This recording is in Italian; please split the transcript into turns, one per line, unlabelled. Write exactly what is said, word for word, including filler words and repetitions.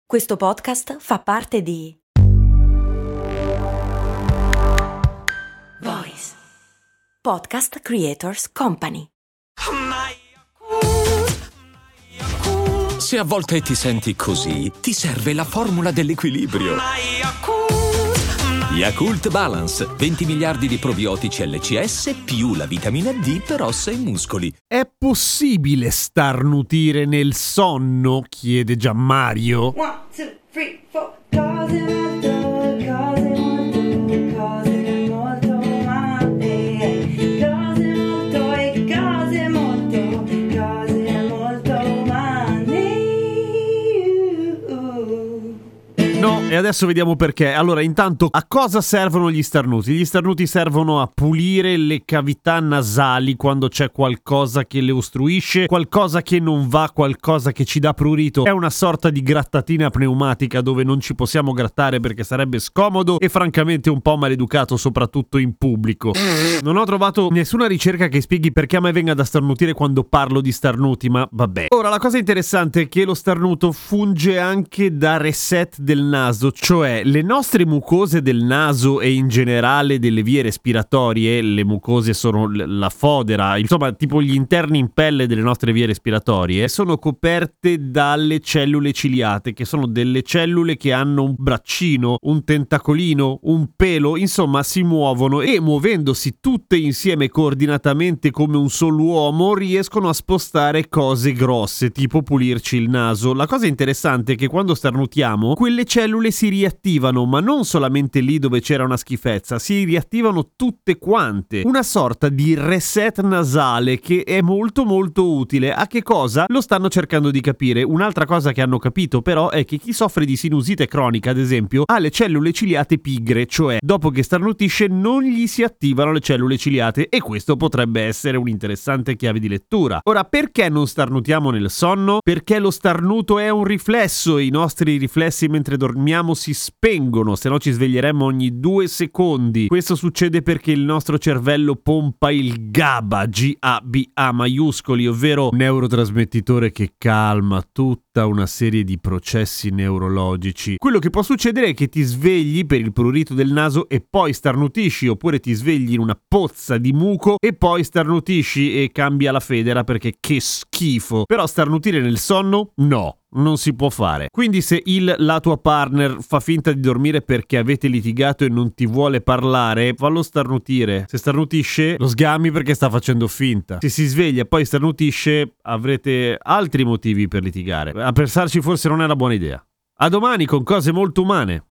Questo podcast fa parte di Voice Podcast Creators Company.
Se a volte ti senti così, ti serve la formula dell'equilibrio. Yakult Balance, venti miliardi di probiotici L C S più la vitamina D per ossa e muscoli.
È possibile starnutire nel sonno? Chiede Gianmario.
One, two, three, four. Cosimodo, Cosimodo, Cosimodo, male. Cosimodo e Cosimodo, Cosimodo, male.
No, e adesso vediamo perché. Allora, intanto, a cosa servono gli starnuti? Gli starnuti servono a pulire le cavità nasali quando c'è qualcosa che le ostruisce, qualcosa che non va, qualcosa che ci dà prurito. È una sorta di grattatina pneumatica dove non ci possiamo grattare perché sarebbe scomodo e francamente un po' maleducato, soprattutto in pubblico. Non ho trovato nessuna ricerca che spieghi perché a me venga da starnutire quando parlo di starnuti, ma vabbè. Ora, la cosa interessante è che lo starnuto funge anche da reset del naso, cioè le nostre mucose del naso e in generale delle vie respiratorie, le mucose sono l- la fodera, insomma tipo gli interni in pelle delle nostre vie respiratorie, sono coperte dalle cellule ciliate, che sono delle cellule che hanno un braccino, un tentacolino, un pelo, insomma si muovono e muovendosi tutte insieme coordinatamente come un solo uomo riescono a spostare cose grosse, tipo pulirci il naso. La cosa interessante è che quando starnutiamo quelle cellule si riattivano, ma non solamente lì dove c'era una schifezza, si riattivano tutte quante. Una sorta di reset nasale che è molto molto utile. A che cosa? Lo stanno cercando di capire. Un'altra cosa che hanno capito però è che chi soffre di sinusite cronica, ad esempio, ha le cellule ciliate pigre, cioè dopo che starnutisce non gli si attivano le cellule ciliate, e questo potrebbe essere un'interessante chiave di lettura. Ora, perché non starnutiamo nel sonno? Perché lo starnuto è un riflesso, i nostri riflessi mentre dormiamo si spengono, se no ci sveglieremmo ogni due secondi. Questo succede perché il nostro cervello pompa il GABA, G A B A maiuscoli, ovvero un neurotrasmettitore che calma tutta una serie di processi neurologici. Quello che può succedere è che ti svegli per il prurito del naso e poi starnutisci, oppure ti svegli in una pozza di muco e poi starnutisci e cambia la federa perché che schifo. Però starnutire nel sonno? No. Non si può fare. Quindi se il la tua partner fa finta di dormire perché avete litigato e non ti vuole parlare, fallo starnutire. Se starnutisce, lo sgami perché sta facendo finta. Se si sveglia e poi starnutisce, avrete altri motivi per litigare. A pensarci forse non è una buona idea. A domani con cose molto umane.